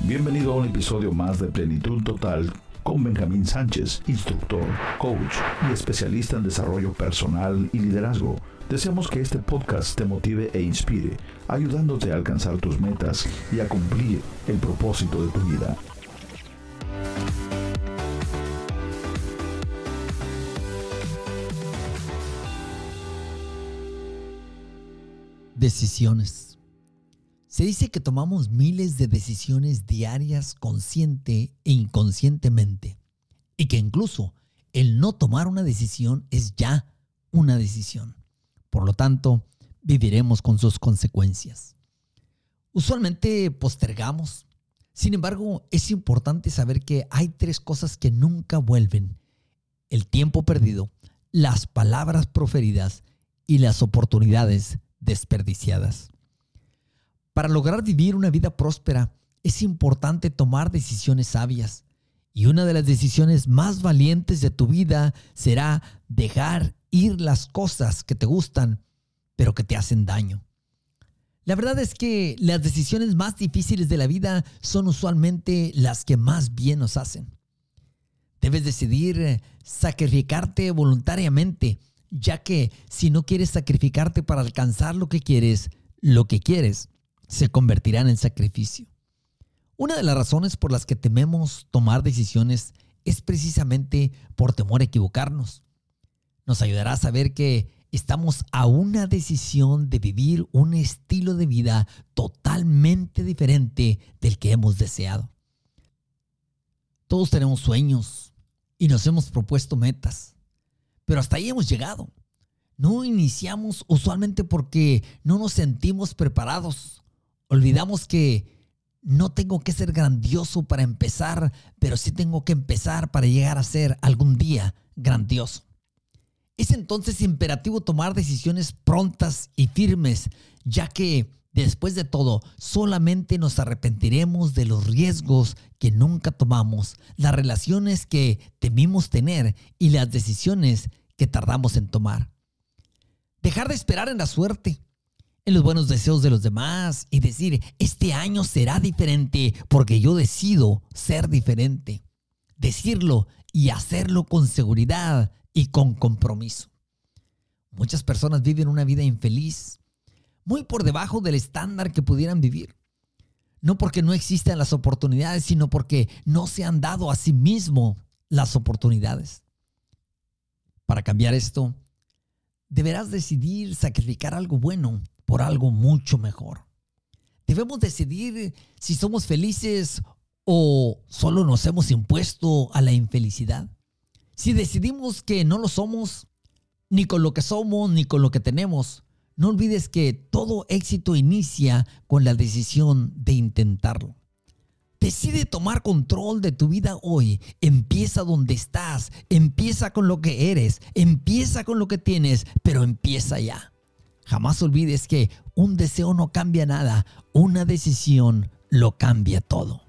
Bienvenido a un episodio más de Plenitud Total con Benjamín Sánchez, instructor, coach y especialista en desarrollo personal y liderazgo. Deseamos que este podcast te motive e inspire, ayudándote a alcanzar tus metas y a cumplir el propósito de tu vida. Decisiones. Se dice que tomamos miles de decisiones diarias consciente e inconscientemente y que incluso el no tomar una decisión es ya una decisión. Por lo tanto, viviremos con sus consecuencias. Usualmente postergamos. Sin embargo, es importante saber que hay 3 cosas que nunca vuelven: el tiempo perdido, las palabras proferidas y las oportunidades desperdiciadas. Para lograr vivir una vida próspera, es importante tomar decisiones sabias. Y una de las decisiones más valientes de tu vida será dejar ir las cosas que te gustan, pero que te hacen daño. La verdad es que las decisiones más difíciles de la vida son usualmente las que más bien nos hacen. Debes decidir sacrificarte voluntariamente, ya que si no quieres sacrificarte para alcanzar lo que quieres se convertirá en el sacrificio. Una de las razones por las que tememos tomar decisiones es precisamente por temor a equivocarnos. Nos ayudará a saber que estamos a una decisión de vivir un estilo de vida totalmente diferente del que hemos deseado. Todos tenemos sueños y nos hemos propuesto metas, pero hasta ahí hemos llegado. No iniciamos usualmente porque no nos sentimos preparados. Olvidamos que no tengo que ser grandioso para empezar, pero sí tengo que empezar para llegar a ser algún día grandioso. Es entonces imperativo tomar decisiones prontas y firmes, ya que, después de todo, solamente nos arrepentiremos de los riesgos que nunca tomamos, las relaciones que temimos tener y las decisiones que tardamos en tomar. Dejar de esperar en la suerte, en los buenos deseos de los demás y decir: este año será diferente porque yo decido ser diferente. Decirlo y hacerlo con seguridad y con compromiso. Muchas personas viven una vida infeliz, muy por debajo del estándar que pudieran vivir. No porque no existan las oportunidades, sino porque no se han dado a sí mismo las oportunidades. Para cambiar esto, deberás decidir sacrificar algo bueno por algo mucho mejor. Debemos decidir si somos felices o solo nos hemos impuesto a la infelicidad. Si decidimos que no lo somos, ni con lo que somos, ni con lo que tenemos, no olvides que todo éxito inicia con la decisión de intentarlo. Decide tomar control de tu vida hoy. Empieza donde estás, empieza con lo que eres, empieza con lo que tienes, pero empieza ya. Jamás olvides que un deseo no cambia nada, una decisión lo cambia todo.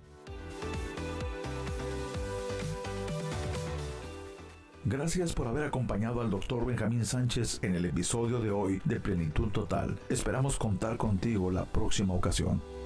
Gracias por haber acompañado al Dr. Benjamín Sánchez en el episodio de hoy de Plenitud Total. Esperamos contar contigo la próxima ocasión.